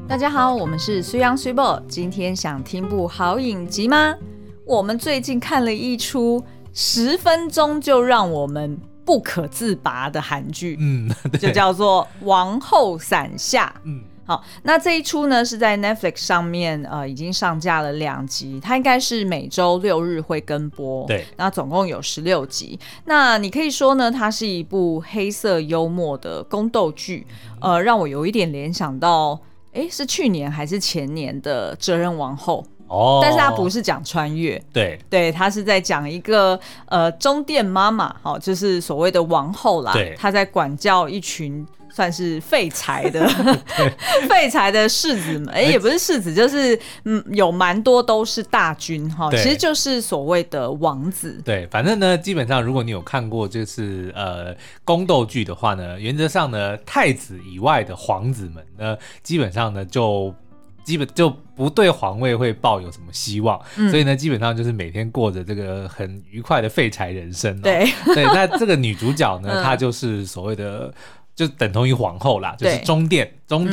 大家好，我们是虽阳虽报，今天想听部好影集吗？我们最近看了一出10分钟就让我们不可自拔的韩剧，就叫做《王后伞下》。好，那这一出呢是在 Netflix 上面已经上架了2集，它应该是每周6日会更播， 对， 那总共有16集。那你可以说呢，它是一部黑色幽默的宫斗剧，让我有一点联想到，是去年还是前年的《哲人王后》。但是它不是讲穿越，对，它是在讲一个中殿妈妈，就是所谓的王后啦，她在管教一群算是废柴的废柴的世子们，也不是世子，就是有蛮多都是大军，其实就是所谓的王子。 对，反正呢，基本上如果你有看过就是宫斗剧的话呢，原则上呢，太子以外的皇子们呢，基本上呢就不对皇位会抱有什么希望，所以呢，基本上就是每天过着这个很愉快的废柴人生。对，那这个女主角呢，她就是所谓的。就等同于皇后啦，就是中殿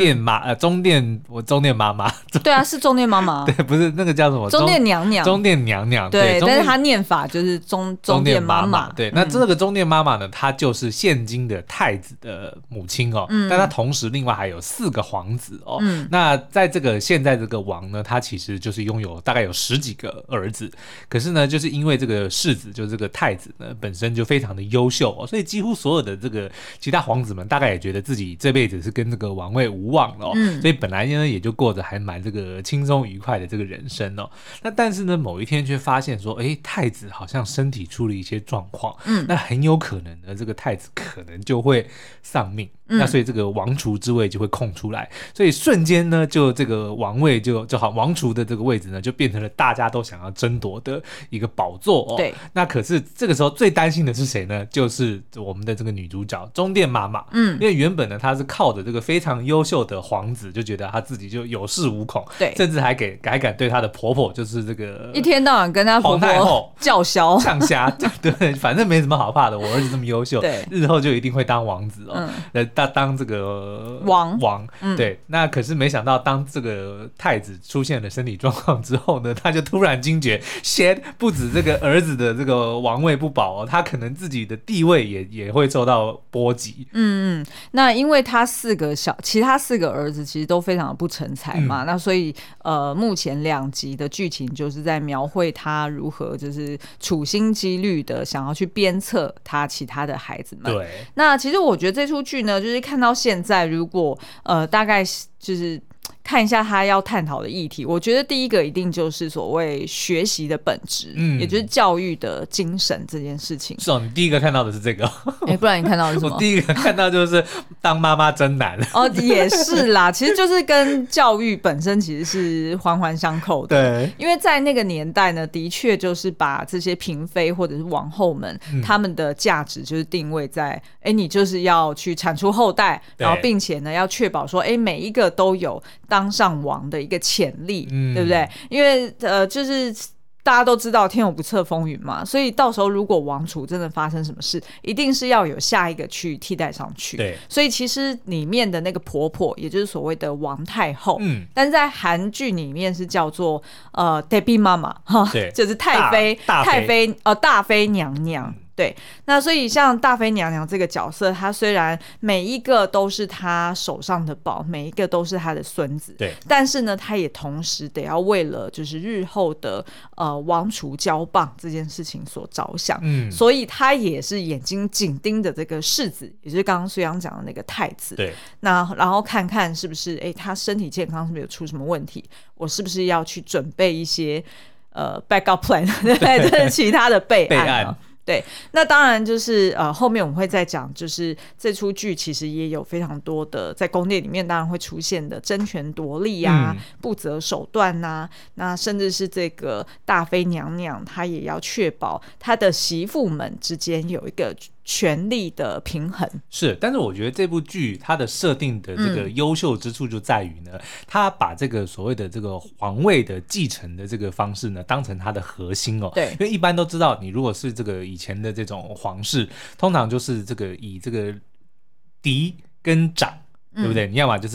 妈妈。 对啊，是中殿妈妈。 对，不是那个叫什么中殿娘娘。 中殿娘娘。 对，但是她念法就是中殿妈妈。 对，那这个中殿妈妈呢，她就是现今的太子的母亲哦。但她同时另外还有4个皇子哦。那在现在这个王呢，他其实就是拥有大概有10几个儿子。可是呢，就是因为这个世子，就是这个太子呢，本身就非常的优秀哦，所以几乎所有的这个其他皇子们。大概也觉得自己这辈子是跟这个王位无望了所以本来呢也就过着还蛮这个轻松愉快的这个人生哦。那但是呢某一天却发现说，太子好像身体出了一些状况，那很有可能呢这个太子可能就会丧命。那所以这个王储之位就会空出来，所以瞬间呢就这个王位就好，王储的这个位置呢就变成了大家都想要争夺的一个宝座哦。 对， 那可是这个时候最担心的是谁呢？就是我们的这个女主角中殿妈妈。因为原本呢她是靠着这个非常优秀的皇子，就觉得她自己就有恃无恐，对，甚至还敢对她的婆婆，就是这个一天到晚跟她婆婆叫嚣呛虾，对，反正没什么好怕的，我儿子这么优秀，日后就一定会当王子哦。当这个王，对，那可是没想到，当这个太子出现了身体状况之后呢，他就突然惊觉，不止这个儿子的这个王位不保哦，他可能自己的地位也会受到波及。 那因为他其他4个儿子其实都非常的不成才嘛，那所以目前2集的剧情就是在描绘他如何就是处心积虑的想要去鞭策他其他的孩子们。对，那其实我觉得这出剧呢，就是看到现在，如果大概就是看一下他要探讨的议题，我觉得第一个一定就是所谓学习的本质，也就是教育的精神这件事情。 是哦，你第一个看到的是这个？ 不然你看到的是什么？ 我第一个看到就是当妈妈真难。 也是啦，其实就是跟教育本身其实是环环相扣的。对，因为在那个年代呢，的确就是把这些嫔妃或者是王后们，他们的价值就是定位在，你就是要去产出后代，然后并且呢要确保说，每一个都有当上王的一个潜力，对不对？因为就是大家都知道天有不测风云嘛，所以到时候如果王储真的发生什么事，一定是要有下一个去替代上去。对，所以其实里面的那个婆婆，也就是所谓的王太后，但是在韩剧里面是叫做데뷔妈妈，就是太妃大妃娘娘。对，那所以像大妃娘娘这个角色，她虽然每一个都是她手上的宝，每一个都是她的孙子，对，但是呢，她也同时得要为了就是日后的王储交棒这件事情所着想，所以她也是眼睛紧盯着这个世子，也就是刚刚虽阳讲的那个太子，对，那然后看看是不是他身体健康是不是有出什么问题，我是不是要去准备一些backup plan， 对，这是其他的备案。对，那当然就是后面我们会再讲，就是这出剧其实也有非常多的在宫殿里面当然会出现的争权夺利啊、不择手段啊，那甚至是这个大妃娘娘她也要确保她的媳妇们之间有一个权力的平衡。 是，但是我觉得这部剧它的设定的这个优秀之处就在于呢，它把这个所谓的这个皇位的继承的这个方式呢当成它的核心哦。对，因为一般都知道，你如果是这个以前的这种皇室，通常就是这个以这个嫡跟长，对不对？你要么就是立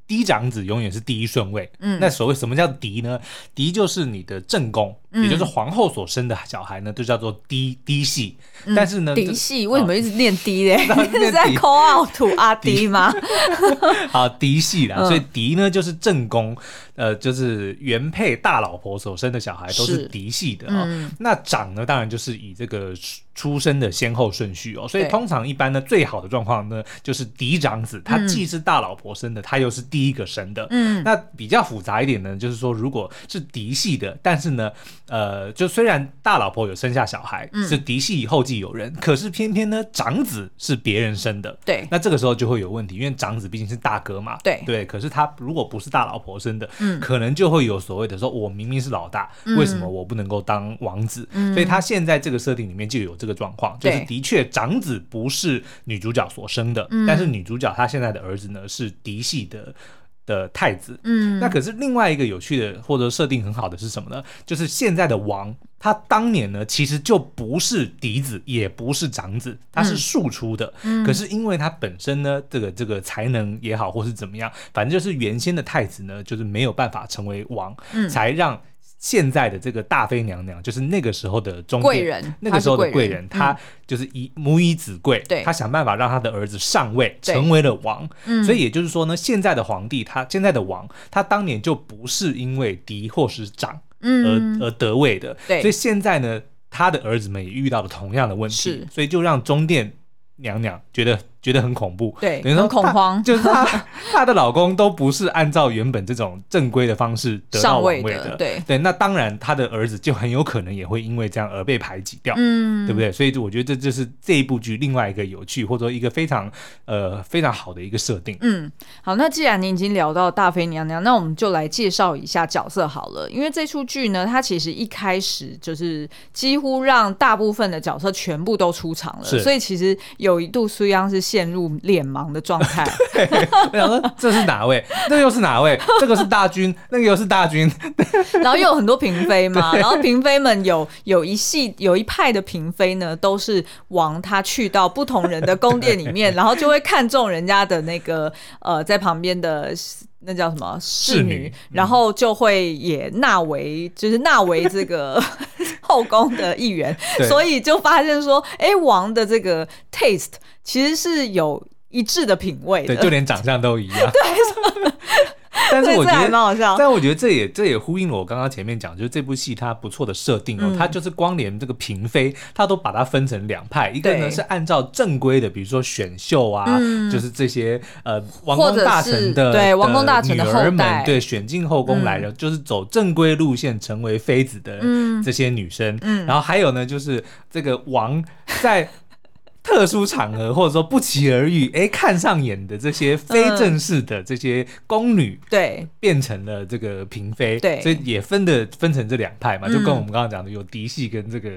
嫡长子永远是第一顺位。那所谓什么叫嫡呢？嫡就是你的正宫，也就是皇后所生的小孩呢，就叫做嫡系。但是呢， 嫡系为什么一直念嫡嘞？是在call out to阿嫡吗？ 好，嫡系啦，所以嫡呢就是正宫，就是原配大老婆所生的小孩都是嫡系的那长呢，当然就是以这个出生的先后顺序所以通常一般呢，最好的状况呢，就是嫡长子，他既是大老婆生的，他又是第一个生的。那比较复杂一点呢，就是说如果是嫡系的，但是呢，就虽然大老婆有生下小孩，是嫡系后继有人，可是偏偏呢，长子是别人生的。 对， 那这个时候就会有问题，因为长子毕竟是大哥嘛。对，可是他如果不是大老婆生的，可能就会有所谓的说，我明明是老大，为什么我不能够当王子？所以他现在这个设定里面就有这个状况，就是的确长子不是女主角所生的，但是女主角她现在的儿子呢是嫡系的太子。那可是另外一个有趣的或者设定很好的是什么呢？就是现在的王他当年呢其实就不是嫡子也不是长子，他是庶出的。可是因为他本身呢这个才能也好或是怎么样，反正就是原先的太子呢就是没有办法成为王，才让现在的这个大妃娘娘，就是那个时候的中贵人， 那个时候的贵人，他就是母以子贵，他想办法让他的儿子上位，成为了王。所以也就是说呢，现在的皇帝，现在的王，他当年就不是因为嫡或是长而得位的。所以现在呢，他的儿子们也遇到了同样的问题，所以就让中殿娘娘觉得很恐怖， 对，很恐慌， 就是她的老公都不是按照原本这种正规的方式得到王位的，对，那当然她的儿子就很有可能也会因为这样而被排挤掉，对不对？所以我觉得这就是这一部剧另外一个有趣或者说一个非常好的一个设定。 好，那既然你已经聊到大妃娘娘，那我们就来介绍一下角色好了。因为这出剧呢，它其实一开始就是几乎让大部分的角色全部都出场了，所以其实有一度苏央是陷入脸盲的状态。 我想说这是哪位，那又是哪位，这个是大军，那个又是大军。 然后又有很多嫔妃嘛，然后嫔妃们有一派的嫔妃呢，都是王他去到不同人的宫殿里面，然后就会看中人家的那个在旁边的那叫什么侍女，然后就会也纳为这个后宫的一员，所以就发现说，王的这个 taste 其实是有一致的品味的， 对，就连长相都一样。 对。 但是我觉得蛮好笑， 但我觉得这也呼应了我刚刚前面讲，就是这部戏它不错的设定它就是光连这个嫔妃，它都把它分成两派，一个呢是按照正规的，比如说选秀啊，就是这些王公大臣的对王公大臣的后代， 对选进后宫来的，就是走正规路线成为妃子的这些女生，然后还有呢就是这个王在特殊场合或者说不期而遇看上眼的这些非正式的这些宫女，对，变成了这个嫔妃，对，所以也分成这两派嘛，就跟我们刚刚讲的有嫡系跟这个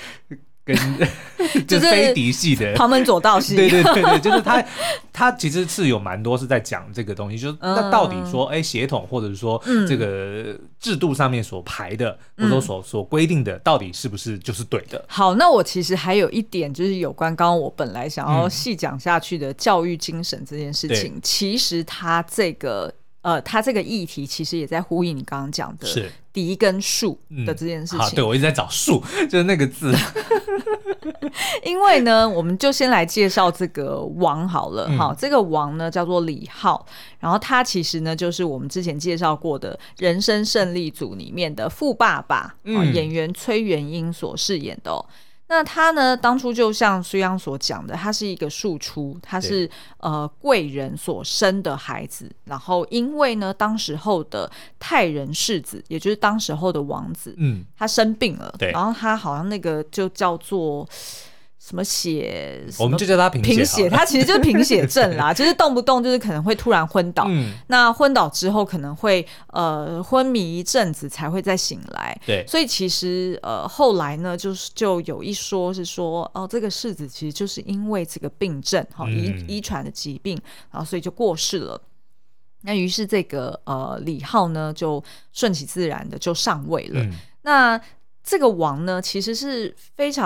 就是非嫡系的旁门左道系， 对，就是他其实是有蛮多是在讲这个东西，就是那到底说血统或者是说这个制度上面所排的或者说所规定的到底是不是就是对的。 好，那我其实还有一点就是有关刚刚我本来想要细讲下去的教育精神这件事情，其实他这个议题其实也在呼应你刚刚讲的嫡跟庶的这件事情。 好，对，我一直在找庶，就是那个字。 因为呢，我们就先来介绍这个王好了。好，这个王呢叫做李浩，然后他其实呢就是我们之前介绍过的人生胜利组里面的富爸爸，演员崔元英所饰演的那他呢当初就像苏央所讲的，他是一个庶出，他是贵人所生的孩子，然后因为呢当时候的太人世子，也就是当时候的王子，他生病了，然后他好像那个就叫做什么血， 我们就叫他贫血， 他其实就是贫血症啦，就是动不动就是可能会突然昏倒，那昏倒之后可能会昏迷一阵子才会再醒来，对，所以其实后来呢就有一说是说这个世子其实就是因为这个病症遗传的疾病，然后所以就过世了。那于是这个李浩呢就顺其自然的就上位了。那这个王呢其实是非常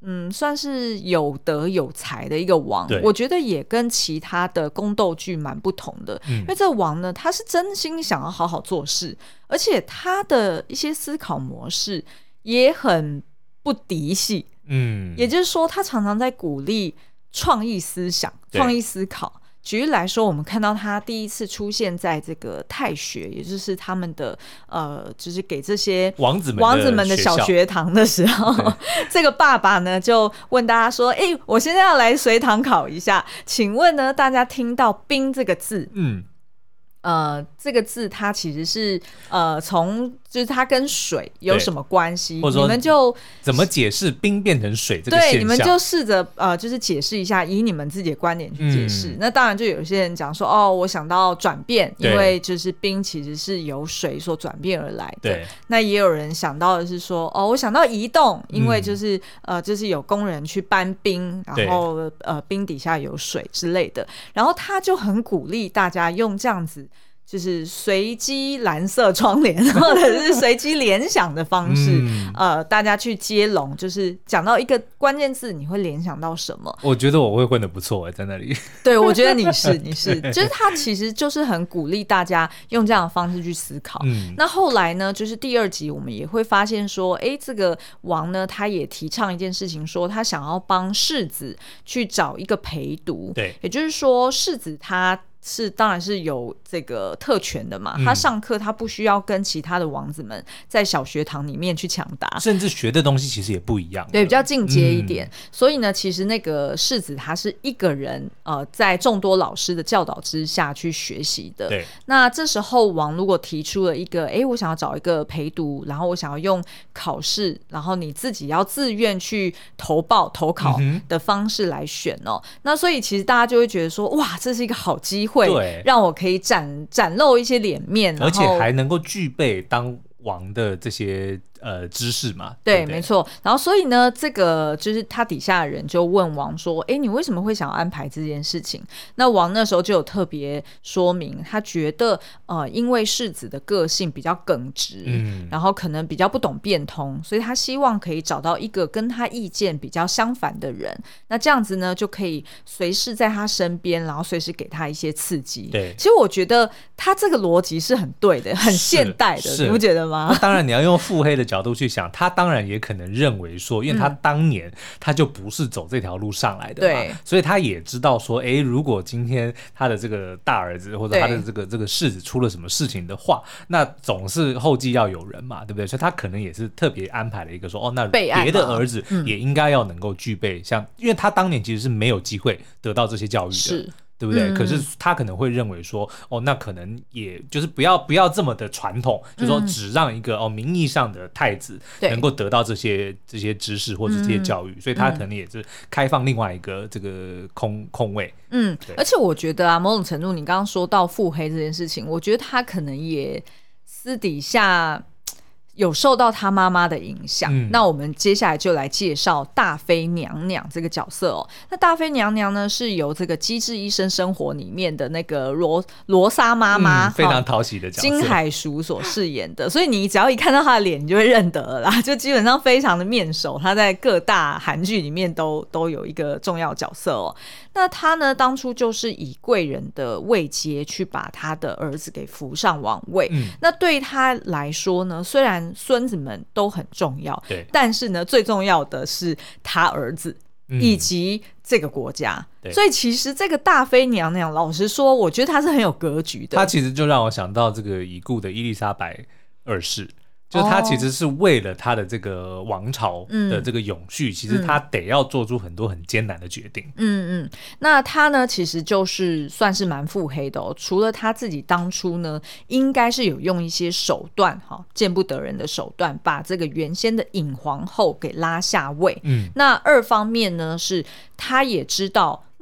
算是有德有才的一个王，我觉得也跟其他的宫斗剧蛮不同的，因为这个王呢，他是真心想要好好做事，而且他的一些思考模式也很不嫡系，也就是说他常常在鼓励创意思想、创意思考。举例来说，我们看到他第一次出现在这个太学，也就是他们的就是给这些王子们的小学堂的时候，这个爸爸呢就问大家说：“我现在要来随堂考一下，请问呢，大家听到‘冰’这个字，这个字它其实是从就是它跟水有什么关系？你们就怎么解释冰变成水这个现象？ 对，你们就试着就是解释一下，以你们自己的观点去解释。那当然就有些人讲说，我想到转变，因为就是冰其实是由水所转变而来的。那也有人想到的是说，我想到移动，因为就是就是有工人去搬冰，然后冰底下有水之类的。然后他就很鼓励大家用这样子。就是随机蓝色窗帘或者是随机联想的方式大家去接龙，就是讲到一个关键字你会联想到什么。 我觉得我会混得不错在那里。 对，我觉得你是就是他其实就是很鼓励大家用这样的方式去思考。那后来呢，就是第二集我们也会发现说，这个王呢他也提倡一件事情，说他想要帮世子去找一个陪读。对，也就是说世子他当然是有这个特权的嘛，他上课他不需要跟其他的王子们在小学堂里面去抢答， 甚至学的东西其实也不一样， 对，比较进阶一点。所以呢，其实那个世子他是一个人在众多老师的教导之下去学习的。对，那这时候王如果提出了一个我想要找一个陪读，然后我想要用考试，然后你自己要自愿去投考的方式来选那所以其实大家就会觉得说，哇，这是一个好机会，对，让我可以展露一些脸面， 而且还能够具备当王的这些知识嘛。 对，没错。然后所以呢，这个就是他底下的人就问王说，你为什么会想要安排这件事情？那王那时候就有特别说明，他觉得因为世子的个性比较耿直，然后可能比较不懂变通，所以他希望可以找到一个跟他意见比较相反的人，那这样子呢就可以随时在他身边，然后随时给他一些刺激。对，其实我觉得他这个逻辑是很对的，很现代的，你不觉得吗？ 当然你要用腹黑的角度去想，他当然也可能认为说，因为他当年他就不是走这条路上来的嘛，所以他也知道说，如果今天他的这个大儿子或者他的这个世子出了什么事情的话，那总是后继要有人嘛，对不对？所以他可能也是特别安排了一个说，那别的儿子也应该要能够具备像，因为他当年其实是没有机会得到这些教育的。是，对不对？可是他可能会认为说，那可能也就是不要这么的传统，就是说只让一个名义上的太子能够得到这些知识或者这些教育，所以他可能也是开放另外一个这个空位。 而且我觉得某种程度你刚刚说到腹黑这件事情，我觉得他可能也私底下有受到他妈妈的影响。那我们接下来就来介绍大妃娘娘这个角色那大妃娘娘呢，是由这个《机智医生生活》里面的那个罗莎妈妈， 非常讨喜的角色， 金海淑所饰演的。所以你只要一看到她的脸，你就会认得了啦，就基本上非常的面熟。她在各大韩剧里面都有一个重要角色那她呢，当初就是以贵人的位阶去把她的儿子给扶上王位。那对她来说呢，虽然孙子们都很重要，但是呢，最重要的是他儿子以及这个国家。所以其实这个大妃娘娘，老实说，我觉得她是很有格局的。 她其实就让我想到这个已故的伊丽莎白二世。就是他其实是为了他的这个王朝的这个永续，其实他得要做出很多很艰难的决定。 那他呢，其实就是算是蛮腹黑的除了他自己当初呢，应该是有用一些手段见不得人的手段，把这个原先的尹皇后给拉下位。那二方面呢，是他也知道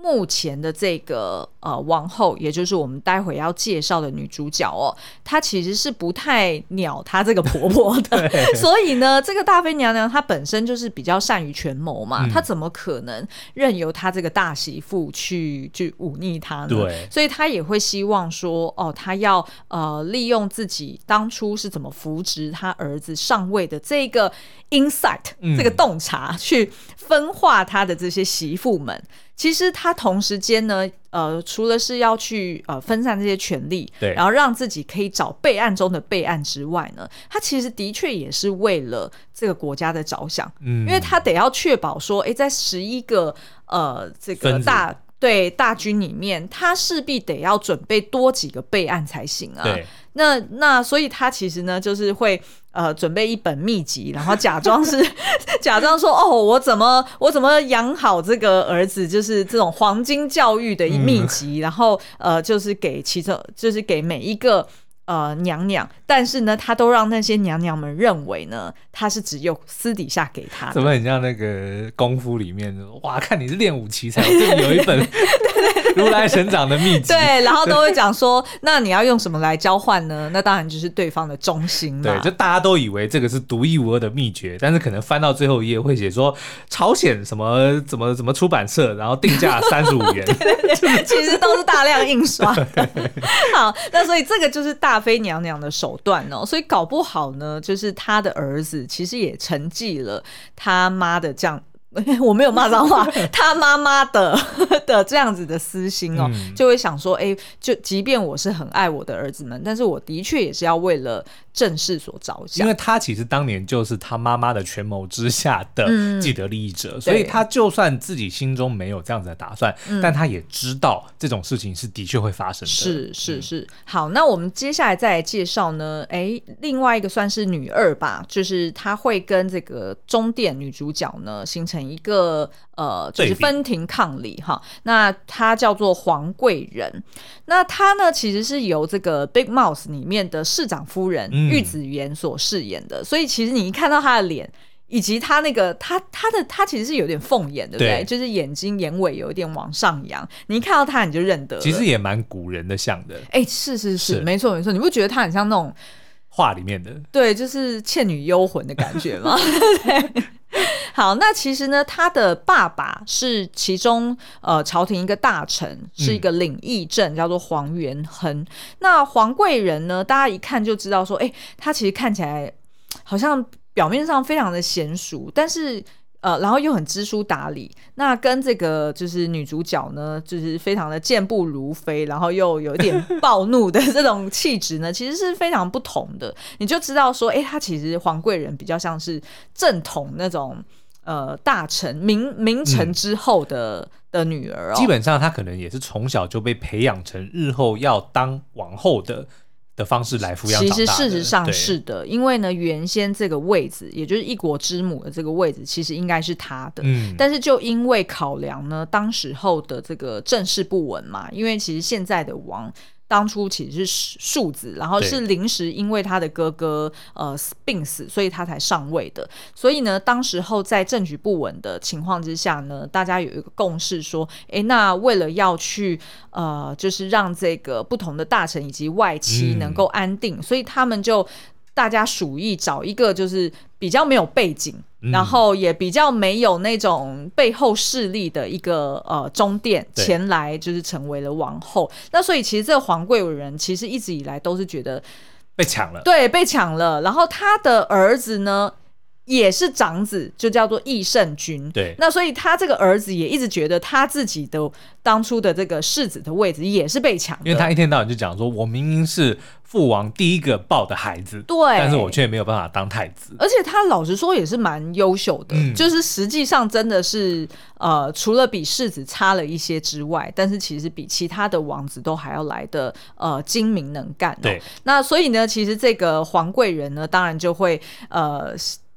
目前的这个王后，也就是我们待会要介绍的女主角她其实是不太鸟她这个婆婆的所以呢这个大妃娘娘她本身就是比较善于权谋嘛，她怎么可能任由她这个大媳妇去忤逆她呢？对，所以她也会希望说她要利用自己当初是怎么扶植她儿子上位的这个 insight，这个洞察去分化她的这些媳妇们。其实他同时间呢除了是要去分散这些权力，对，然后让自己可以找备案中的备案之外呢，他其实的确也是为了这个国家的着想，因为他得要确保说在11个这个大军里面，他势必得要准备多几个备案才行啊。对，那所以他其实呢就是会准备一本秘籍，然后假装说我怎么养好这个儿子，就是这种黄金教育的秘籍，然后就是给每一个娘娘，但是呢他都让那些娘娘们认为呢他是只有私底下给他的。 怎么很像那个功夫里面，哇，看你是练武奇才，这里有一本如来神掌的秘籍对，然后都会讲说那你要用什么来交换呢？那当然就是对方的忠心嘛。 对，就大家都以为这个是独一无二的秘诀，但是可能翻到最后一页会写说朝鲜什么怎么出版社，然后定价35元对，其实都是大量印刷的好，那所以这个就是大妃娘娘的手段所以搞不好呢就是他的儿子其实也承继了他妈的这样我没有骂脏话他妈妈的这样子的私心就会想说就即便我是很爱我的儿子们，但是我的确也是要为了正事所着想， 因为他其实当年就是他妈妈的权谋之下的既得利益者，所以他就算自己心中没有这样子的打算，但他也知道这种事情是的确会发生的。 是好，那我们接下来再来介绍呢另外一个算是女二吧，就是她会跟这个中殿女主角呢形成一个就是分庭抗礼哈。那她叫做黄贵人，那她呢其实是由这个 Big Mouth 里面的市长夫人玉子媛所饰演的，所以其实你一看到她的脸以及她那个她其实是有点凤眼，对不对？就是眼睛眼尾有一点往上扬，你一看到她你就认得了， 其实也蛮古人的像的。 是没错没错，你不觉得她很像那种画里面的， 对，就是《倩女幽魂》的感觉吗？对。好，那其实呢他的爸爸是其中朝廷一个大臣，是一个领议正，叫做黄元亨。那黄贵人呢大家一看就知道说他其实看起来好像表面上非常的娴熟，但是然后又很知书达理，那跟这个就是女主角呢就是非常的健步如飞，然后又有一点暴怒的这种气质呢其实是非常不同的。你就知道说他其实黄贵人比较像是正统那种大臣名臣之后的女儿基本上她可能也是从小就被培养成日后要当王后的方式来抚养长大的。 其实事实上是的，因为呢原先这个位置也就是一国之母的这个位置其实应该是她的，但是就因为考量呢当时候的这个政事不稳嘛，因为其实现在的王当初其实是庶子，然后是临时因为他的哥哥病死，所以他才上位的。所以呢当时候在政局不稳的情况之下呢，大家有一个共识说那为了要去就是让这个不同的大臣以及外戚能够安定，所以他们就大家属意找一个就是比较没有背景，然后也比较没有那种背后势力的一个中殿前来，就是成为了王后。那所以其实这个黄贵人其实一直以来都是觉得被抢了， 对，被抢了。然后他的儿子呢也是长子，就叫做义圣君。对，那所以他这个儿子也一直觉得他自己的当初的这个世子的位置也是被抢的， 因为他一天到晚就讲说我明明是父王第一个抱的孩子，对，但是我却没有办法当太子。 而且他老实说也是蛮优秀的，就是实际上真的是除了比世子差了一些之外，但是其实比其他的王子都还要来的精明能干。对，那所以呢其实这个黄贵人呢当然就会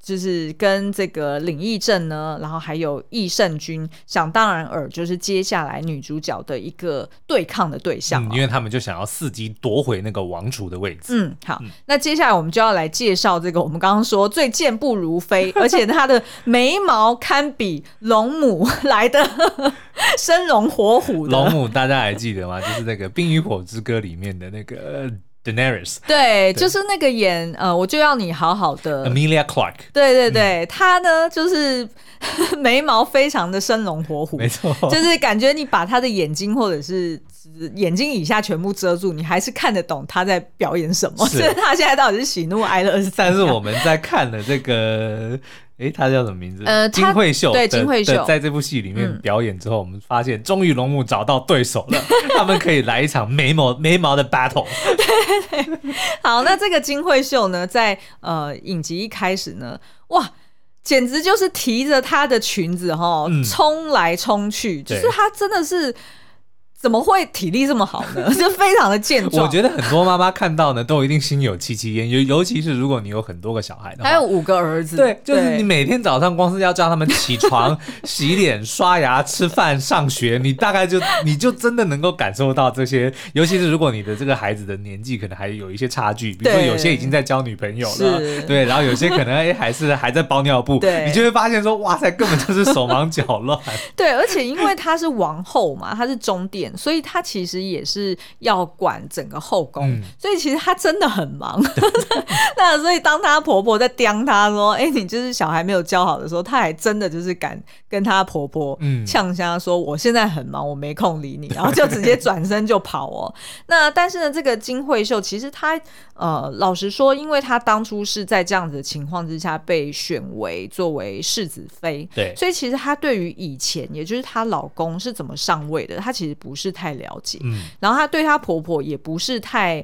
就是跟这个林义正呢，然后还有义胜君，想当然尔就是接下来女主角的一个对抗的对象， 因为他们就想要伺机夺回那个王储的位置。 好，那接下来我们就要来介绍这个我们刚刚说最健步如飞，而且她的眉毛堪比龙母来的生龙活虎的龙母，大家还记得吗？就是那个《冰与火之歌》里面的那个Daenerys， 对，就是那个演我就要你好好的 Emilia Clarke， 对对对，她呢就是眉毛非常的生龙活虎， 没错， 就是感觉你把她的眼睛或者是眼睛以下全部遮住，你还是看得懂她在表演什么，就是她现在到底是喜怒哀乐是怎样。 但是我们在看了这个他叫什么名字？金惠秀。 对，金惠秀在这部戏里面表演之后，我们发现终于龙母找到对手了，他们可以来一场眉毛的 battle。 对，好，那这个金惠秀呢，在影集一开始呢，哇，简直就是提着她的裙子冲来冲去，就是她真的是。怎么会体力这么好呢？就非常的健壮。 我觉得很多妈妈看到呢，都一定心有戚戚焉，尤其是如果你有很多个小孩的话， 还有5个儿子， 对，就是你每天早上光是要叫他们起床、洗脸、刷牙、吃饭、上学，你大概你就真的能够感受到这些。尤其是如果你的这个孩子的年纪可能还有一些差距，比如说有些已经在交女朋友了，对，然后有些可能还在包尿布，你就会发现说，哇塞，根本就是手忙脚乱。 对，而且因为她是王后嘛，她是中殿。所以她其实也是要管整个后宫，所以其实她真的很忙。那所以当她婆婆在刁她说你就是小孩没有教好的时候，她还真的就是敢跟她婆婆呛瞎说我现在很忙，我没空理你，然后就直接转身就跑哦。那但是呢，这个金惠秀其实她老实说，因为她当初是在这样子的情况之下被选为作为世子妃， 对， 所以其实她对于以前也就是她老公是怎么上位的，她其实不是太了解，然后她对她婆婆也不是太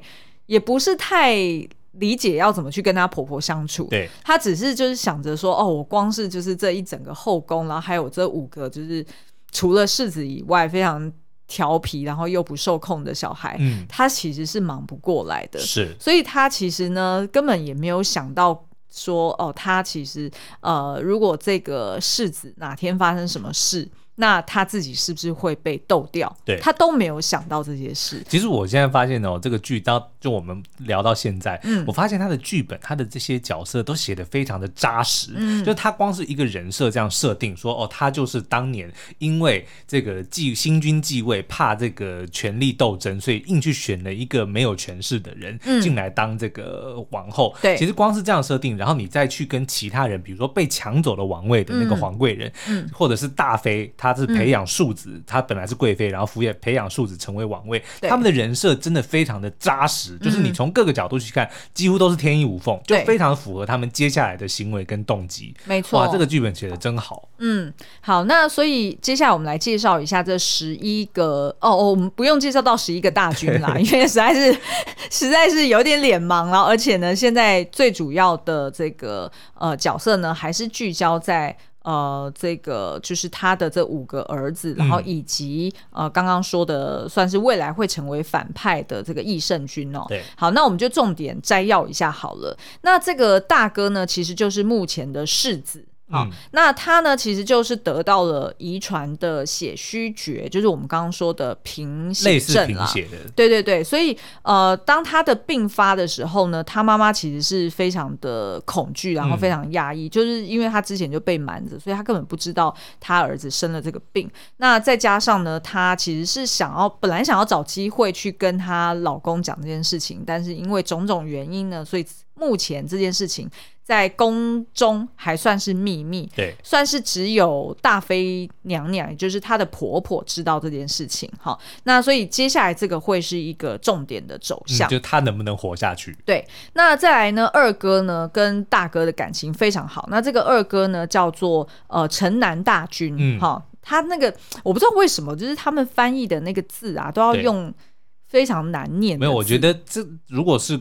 理解要怎么去跟她婆婆相处， 对， 她只是就是想着说我光是就是这一整个后宫，然后还有这5个就是除了世子以外非常调皮然后又不受控的小孩，她其实是忙不过来的， 是， 所以她其实呢根本也没有想到说她其实如果这个世子哪天发生什么事，那他自己是不是会被斗掉？ 对， 他都没有想到这些事。 其实我现在发现这个剧就我们聊到现在，我发现他的剧本，他的这些角色都写得非常的扎实。就是他光是一个人设这样设定，说他就是当年因为这个新君继位，怕这个权力斗争，所以硬去选了一个没有权势的人进来当这个王后。 对， 其实光是这样设定，然后你再去跟其他人，比如说被抢走了王位的那个皇贵人，或者是大妃。他是培养庶子，他本来是贵妃，然后培养庶子成为王位，他们的人设真的非常的扎实，就是你从各个角度去看，几乎都是天衣无缝，就非常符合他们接下来的行为跟动机。 没错， 哇，这个剧本写得真好。 好，那所以接下来我们来介绍一下这11个我们不用介绍到11个大军啦，因为实在是有点脸盲了，而且呢，现在最主要的这个角色呢，还是聚焦在。这个就是他的这5个儿子，然后以及刚刚说的算是未来会成为反派的这个义胜君哦。 对， 好，那我们就重点摘要一下好了。那这个大哥呢，其实就是目前的世子。那他呢其实就是得到了遗传的血虚厥，就是我们刚刚说的贫血症啦， 类似贫血的， 对对对，所以当他的病发的时候呢，他妈妈其实是非常的恐惧，然后非常压抑，就是因为他之前就被瞒着，所以他根本不知道他儿子生了这个病。那再加上呢，他其实是本来想要找机会去跟她老公讲这件事情，但是因为种种原因呢，所以目前这件事情在宫中还算是秘密， 对， 算是只有大妃娘娘，也就是她的婆婆知道这件事情。好，那所以接下来这个会是一个重点的走向， 就她能不能活下去。 对，那再来呢，二哥呢跟大哥的感情非常好。那这个二哥呢叫做城南大君，他那个我不知道为什么，就是他们翻译的那个字啊，都要用非常难念的字。 没有，我觉得这如果是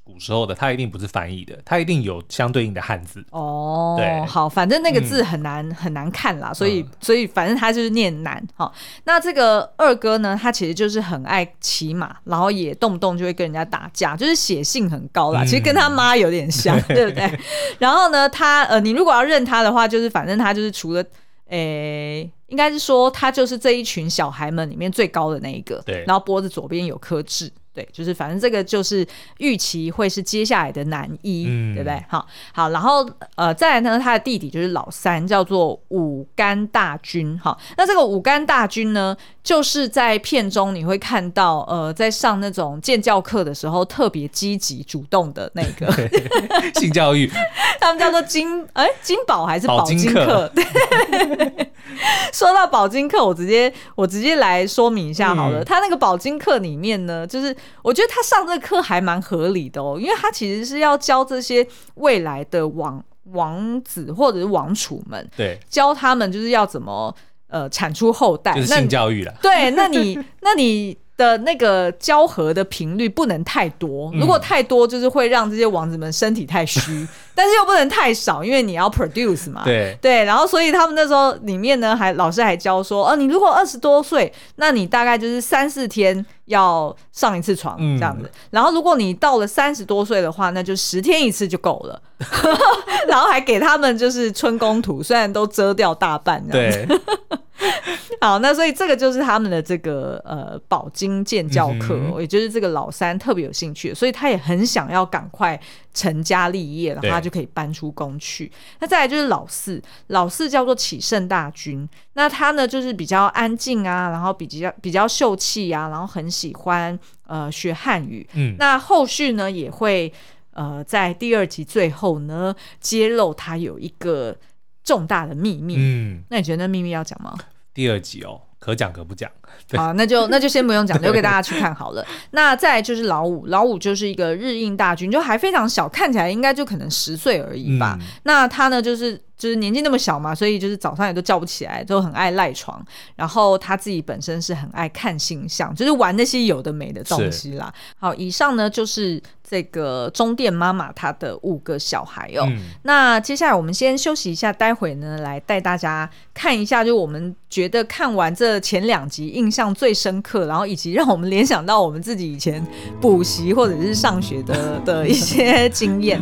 古时候的，它一定不是翻译的，它一定有相对应的汉字。 对，好，反正那个字很难看啦，所以反正他就是念难。那这个二哥呢，他其实就是很爱骑马，然后也动不动就会跟人家打架，就是血性很高啦，其实跟他妈有点像，对不对？然后呢，你如果要认他的话，就是反正他就是除了应该是说他就是这一群小孩们里面最高的那一个， 对， 然后脖子左边有颗痣。对，就是反正这个就是预期会是接下来的男一，对不对？好，然后再来呢，他的弟弟就是老三，叫做武干大军。那这个武干大军呢，就是在片中你会看到，在上那种建教课的时候特别积极主动的那个性教育， 他们叫做金宝还是宝金课？对。说到宝金课，我直接来说明一下好了。他那个宝金课里面呢，就是我觉得他上这个课还蛮合理的因为他其实是要教这些未来的王子或者是王储们， 对， 教他们就是要怎么产出后代， 就是性教育啦。 对，那你的那个交合的频率不能太多，如果太多就是会让这些王子们身体太虚，但是又不能太少，因为你要 produce 嘛。对，然后所以他们那时候里面呢，老师还教说，你如果20多岁，那你大概就是3-4天要上一次床这样子，然后如果你到了30多岁的话，那就10天一次就够了。然后还给他们就是春宫图，虽然都遮掉大半这样子。对。好，那所以这个就是他们的这个宝金建教课，也就是这个老三特别有兴趣，所以他也很想要赶快成家立业，然后他就可以搬出宫去。那再来就是老四叫做启圣大军，那他呢就是比较安静啊，然后比较秀气啊，然后很喜欢学汉语。那后续呢也会在第2集最后呢揭露他有一个重大的秘密。那你觉得那秘密要讲吗？ 第2集可讲可不讲。 好，那就先不用讲，留给大家去看好了。那再来就是老五就是一个日印大军，就还非常小，看起来应该就可能10岁而已吧。那他呢就是年纪那么小嘛，所以就是早上也都叫不起来，都很爱赖床。然后他自己本身是很爱看星象，就是玩那些有的没的东西啦。好，以上呢就是这个中殿妈妈她的5个小孩那接下来我们先休息一下，待会呢来带大家看一下，就我们觉得看完这前2集印象最深刻，然后以及让我们联想到我们自己以前补习或者是上学的一些经验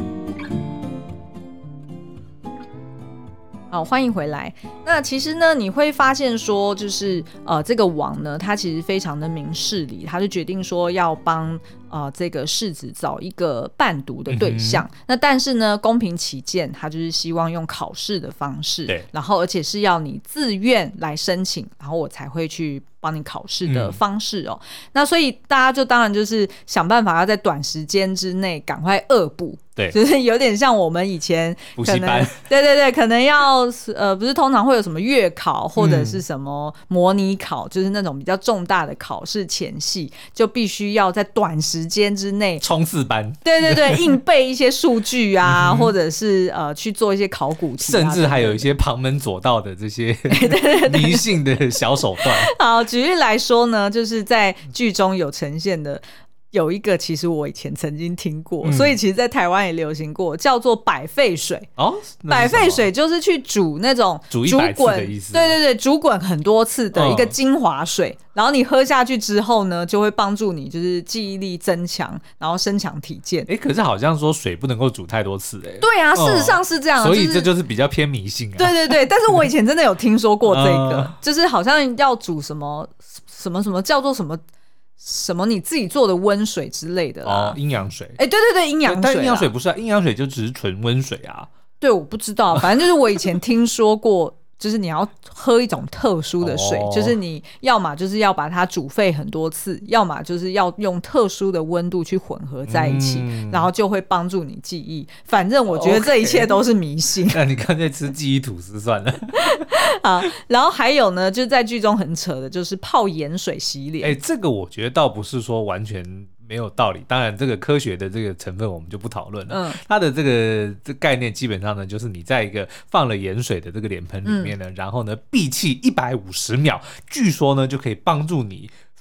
好，欢迎回来。那其实呢，你会发现说，就是这个王呢，他其实非常的明事理，他就决定说要帮这个世子找一个伴读的对象。那但是呢，公平起见，他就是希望用考试的方式，对，然后而且是要你自愿来申请，然后我才会去帮你考试的方式那所以大家就当然就是想办法要在短时间之内赶快恶补。对，就是有点像我们以前补习班， 对，可能要不是通常会有什么月考或者是什么模拟考，就是那种比较重大的考试前夕，就必须要在短时间之内冲刺班， 对，硬背一些数据啊，或者是去做一些考古题甚至还有一些旁门左道的这些迷信的小手段。 好，举例来说呢，就是在剧中有呈现的。有一个其实我以前曾经听过，所以其实在台湾也流行过，叫做百沸水。百沸水就是去煮那种煮100次的意思。 对，煮滚很多次的一个精华水，然后你喝下去之后呢，就会帮助你就是记忆力增强，然后身强体健。 可是好像说水不能够煮太多次对啊，事实上是这样， 所以这就是比较偏迷信对，但是我以前真的有听说过这个，就是好像要煮什么叫做什么你自己做的温水之类的阴阳水。 对，阴阳水。 但阴阳水不是阴阳水就只是纯温水啊。 对，我不知道，反正就是我以前听说过，就是你要喝一种特殊的水，就是你要么就是要把它煮沸很多次，要么就是要用特殊的温度去混合在一起，然后就会帮助你记忆。反正我觉得这一切都是迷信。 那你干脆吃记忆吐司算了。 好，然后还有呢，就是在剧中很扯的，就是泡盐水洗脸。 这个我觉得倒不是说完全没有道理，当然这个科学的这个成分我们就不讨论了。它的这概念基本上呢，就是你在一个放了盐水的这个脸盆里面呢，然后呢闭气150秒，据说呢就可以帮助你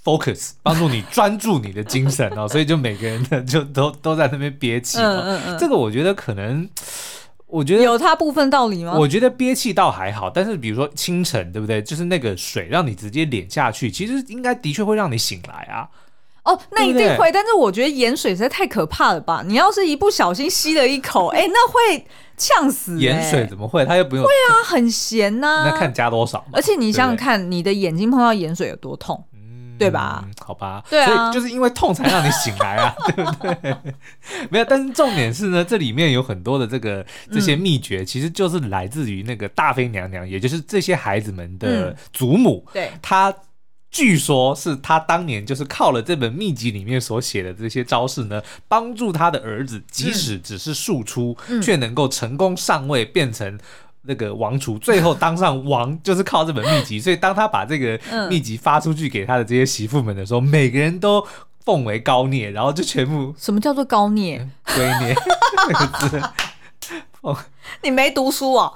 focus， 帮助你专注你的精神哦，所以就每个人呢就都在那边憋气哦。这个我觉得可能。我觉得有它部分道理吗？ 我觉得憋气倒还好，但是比如说清晨，对不对？就是那个水让你直接脸下去，其实应该的确会让你醒来啊。 哦，那一定会，对对，但是我觉得盐水实在太可怕了吧？你要是一不小心吸了一口，那会呛死。 盐水怎么会？它又不用。 会啊，很咸呐。 那看加多少嘛。 而且你想想看，你的眼睛碰到盐水有多痛。对吧？ 好吧， 对啊， 所以就是因为痛才让你醒来啊，对不对？没有，但是重点是呢，这里面有很多的这些秘诀，其实就是来自于那个大妃娘娘，也就是这些孩子们的祖母。 对， 她据说是她当年就是靠了这本秘籍里面所写的这些招式呢，帮助她的儿子，即使只是庶出，却能够成功上位，变成。那个王储最后当上王，就是靠这本秘籍。所以当他把这个秘籍发出去给他的这些媳妇们的时候，每个人都奉为高孽，然后就全部什么叫做高孽？ 圭孽那个字。 你没读书哦。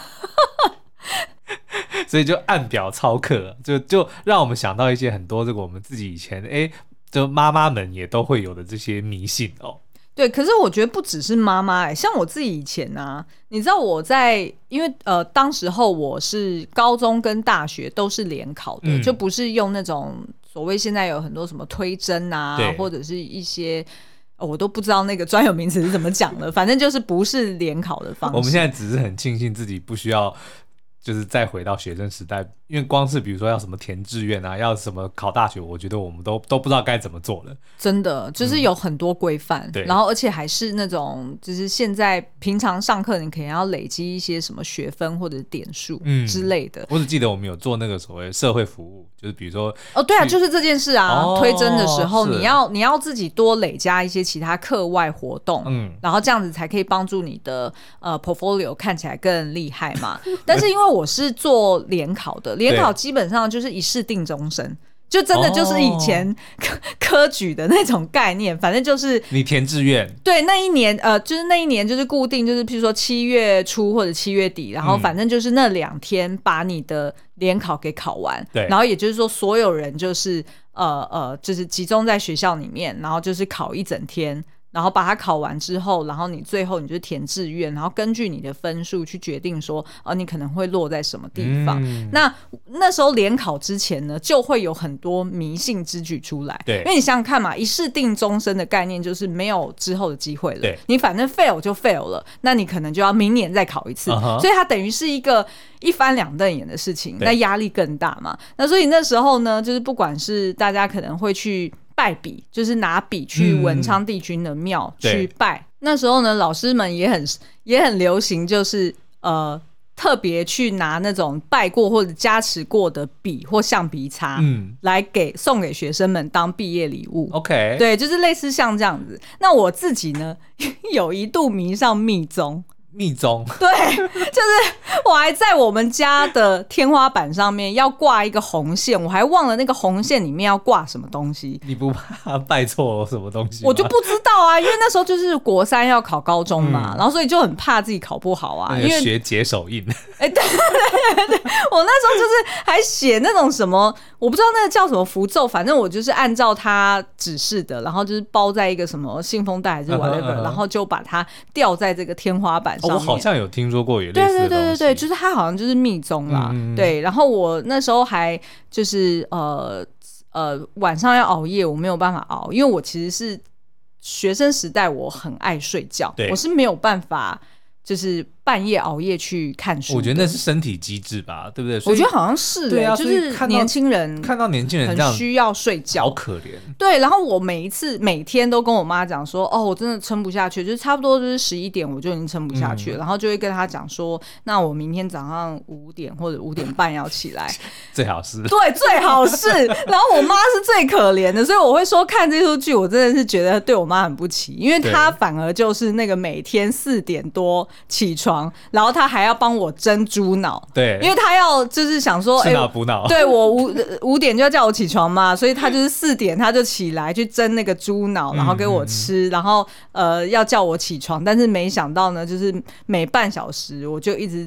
所以就按表操课，就让我们想到一些很多这个我们自己以前就妈妈们也都会有的这些迷信哦。 对，可是我觉得不只是妈妈像我自己以前啊，你知道我因为当时候我是高中跟大学都是联考的，就不是用那种所谓现在有很多什么推甄啊，或者是一些我都不知道那个专有名词是怎么讲的，反正就是不是联考的方式。 我们现在只是很庆幸自己不需要就是再回到学生时代，因为光是比如说要什么填志愿啊，要什么考大学，我觉得我们都不知道该怎么做了。 真的就是有很多规范，然后而且还是那种就是现在平常上课你可能要累积一些什么学分或者点数之类的。 我只记得我们有做那个所谓社会服务，就是比如说对啊，就是这件事啊，推甄的时候你要自己多累加一些其他课外活动，然后这样子才可以帮助你的portfolio 看起来更厉害嘛。但是因为我是做联考的，联考基本上就是一试定终身，就真的就是以前科举的那种概念，反正就是你填志愿， 对，那一年就是那一年就是固定，就是譬如说7月初或者7月底，然后反正就是那2天把你的联考给考完， 对， 然后也就是说所有人就是就是集中在学校里面，然后就是考一整天。然后把它考完之后，然后你最后你就填志愿，然后根据你的分数去决定说你可能会落在什么地方。那时候联考之前呢，就会有很多迷信之举出来。 对， 因为你想想看嘛，一试定终身的概念就是没有之后的机会了。 对， 你反正 fail 就 fail 了，那你可能就要明年再考一次。所以它等于是一个一翻两瞪眼的事情，那压力更大嘛。那所以那时候呢，就是不管是大家可能会去拜笔，就是拿笔去文昌帝君的庙去拜。那时候呢，老师们也很流行，就是特别去拿那种拜过或者加持过的笔或橡皮擦，来送给学生们当毕业礼物。 OK， 对，就是类似像这样子。那我自己呢，有一度迷上密宗。 密宗， 对，就是我还在我们家的天花板上面要挂一个红线，我还忘了那个红线里面要挂什么东西。 你不怕拜错什么东西吗？ 我就不知道啊，因为那时候就是国3要考高中嘛，然后所以就很怕自己考不好啊，因为学解手印。 对，我那时候就是还写那种什么，我不知道那个叫什么符咒，反正我就是按照他指示的，然后就是包在一个什么信封袋还是 whatever，然后就把它吊在这个天花板上面。 我好像有听说过有类似的东西。 对，就是它好像就是密宗啦。对，然后我那时候还就是晚上要熬夜，我没有办法熬，因为我其实是学生时代，我很爱睡觉，我是没有办法就是半夜熬夜去看书。 我觉得那是身体机制吧，对不对？ 我觉得好像是， 对啊， 就是年轻人看到年轻人这样很需要睡觉， 好可怜。 对，然后我每天都跟我妈讲说，我真的撑不下去，就是差不多就是11点我就已经撑不下去了，然后就会跟她讲说，那我明天早上5点或者5点半要起来， 最好是， 对，最好是。然后我妈是最可怜的，所以我会说看这出剧，我真的是觉得对我妈很不起，因为她反而就是那个每天4点多起床，然后她还要帮我蒸猪脑， 对， 因为她要就是想说吃脑补脑， 对，我5点就要叫我起床嘛，所以她就是4点她就起来去蒸那个猪脑，然后给我吃，然后要叫我起床，但是没想到呢，就是每半小时我就一直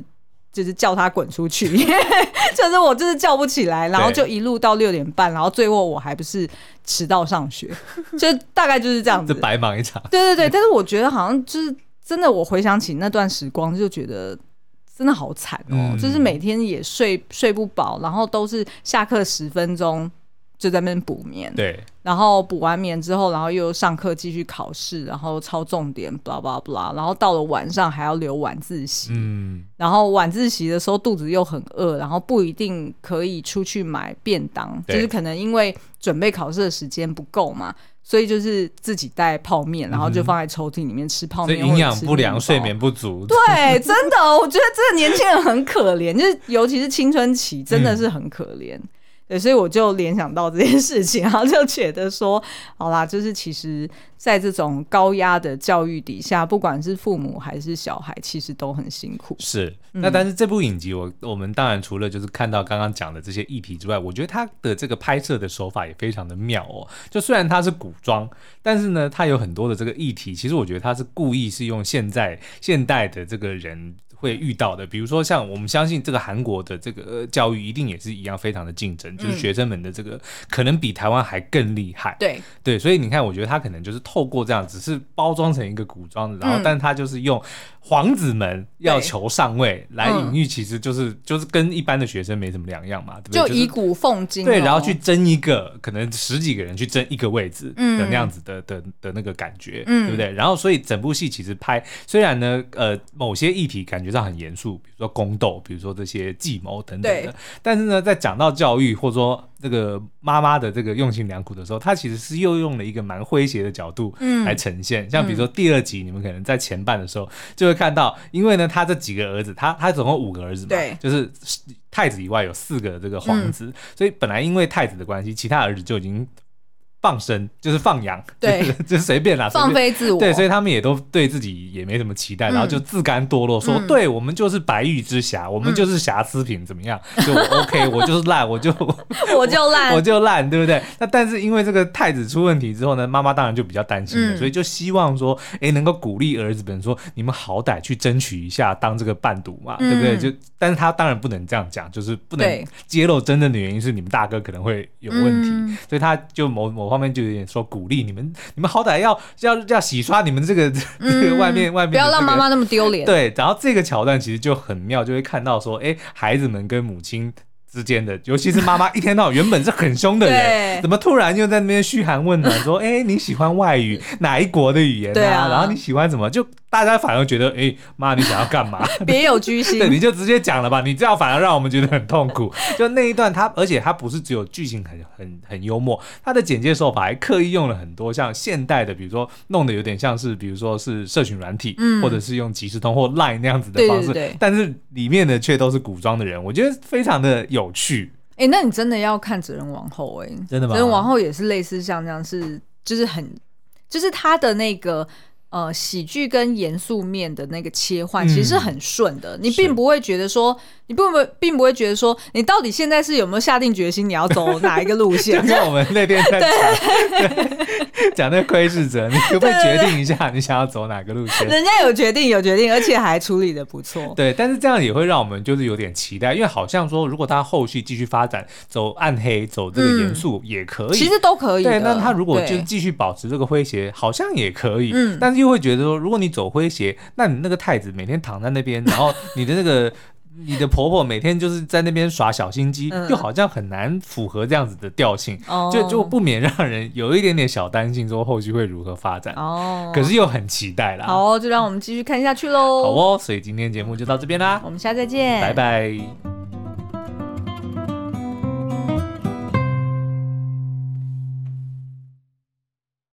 就是叫他滚出去，就是我就是叫不起来，然后就一路到6点半，然后最后我还不是迟到上学，就大概就是这样子， 这白忙一场。 对对对，但是我觉得好像就是真的，我回想起那段时光，就觉得真的好惨哦，就是每天也睡不饱，然后都是下课10分钟就在那边补眠， 对， 然后补完眠之后，然后又上课继续考试，然后抄重点 blah blah blah， 然后到了晚上还要留晚自习，然后晚自习的时候肚子又很饿，然后不一定可以出去买便当，就是可能因为准备考试的时间不够嘛，所以就是自己带泡面，然后就放在抽屉里面吃泡面， 所以营养不良、睡眠不足。 对，真的，我觉得这个年轻人很可怜，就是尤其是青春期，真的是很可怜。对，所以我就联想到这件事情，然后就觉得说，好啦，就是其实在这种高压的教育底下，不管是父母还是小孩，其实都很辛苦。 是，那但是这部影集我们当然除了就是看到刚刚讲的这些议题之外，我觉得它的这个拍摄的手法也非常的妙哦。就虽然它是古装，但是呢，它有很多的这个议题，其实我觉得它是故意是用现代的这个人会遇到的，比如说像我们相信这个韩国的这个教育一定也是一样非常的竞争，就是学生们的这个可能比台湾还更厉害。对，所以你看，我觉得他可能就是透过这样，只是包装成一个古装的，然后但他就是用皇子们要求上位来隐喻，其实就是跟一般的学生没什么两样嘛，对不对？ 就以古奉今， 对，然后去争一个可能10几个人去争一个位置的那样子的那个感觉，对不对？然后所以整部戏其实拍，虽然呢某些议题感觉上很严肃，比如说宫斗，比如说这些计谋等等的，但是呢，在讲到教育或者说这个妈妈的这个用心良苦的时候，他其实是又用了一个蛮诙谐的角度来呈现。像比如说第2集，你们可能在前半的时候就会看到，因为呢，他这几个儿子，他总共5个儿子嘛，就是太子以外有4个这个皇子，所以本来因为太子的关系，其他儿子就已经放生，就是放养， 对， 就随便啦， 放飞自我。 对，所以他们也都对自己也没什么期待，然后就自甘堕落，说对我们就是白玉之瑕，我们就是瑕疵品，怎么样？就我 OK， 我就是烂，我就烂，对不对？那但是因为这个太子出问题之后呢，妈妈当然就比较担心了，所以就希望说，能够鼓励儿子们说，你们好歹去争取一下当这个伴读嘛，对不对？但是他当然不能这样讲，就是不能揭露真正的原因是你们大哥可能会有问题，所以他就某方面就有点说鼓励你们好歹要洗刷你们这个外面、不要让妈妈那么丢脸。 对，然后这个桥段其实就很妙，就会看到说，孩子们跟母亲之间的，尤其是妈妈一天到晚原本是很凶的人，怎么突然又在那边嘘寒问暖说，你喜欢外语哪一国的语言啊？然后你喜欢什么？就大家反而觉得，妈，你想要干嘛？ 别有居心。 对，你就直接讲了吧，你这样反而让我们觉得很痛苦。就那一段而且它不是只有剧情很幽默，它的剪接手法还刻意用了很多像现代的，比如说弄得有点像是，比如说是社群软体，或者是用即时通或 LINE 那样子的方式，对，但是里面的却都是古装的人，我觉得非常的有趣。 那你真的要看《哲人王后》 真的吗？ 《哲人王后》也是类似像这样，就是他的那个喜剧跟严肃面的那个切换，其实是很顺的。你并不会觉得说，并不会觉得说，你到底现在是有没有下定决心你要走哪一个路线？ 就像我们那边在讲那窥视者，你可不可以决定一下你想要走哪个路线？ 人家有决定，而且还处理的不错。 对，但是这样也会让我们就是有点期待，因为好像说，如果他后续继续发展，走暗黑，走这个严肃也可以， 其实都可以的。 对，那他如果就继续保持这个诙谐，好像也可以。但是又会觉得说，如果你走诙谐，那你那个太子每天躺在那边，然后你的婆婆每天就是在那边耍小心机，又好像很难符合这样子的调性，就不免让人有一点点小担心，说后续会如何发展。可是又很期待啦。 好，就让我们继续看下去喽。 好哦，所以今天节目就到这边啦， 我们下次再见， 拜拜。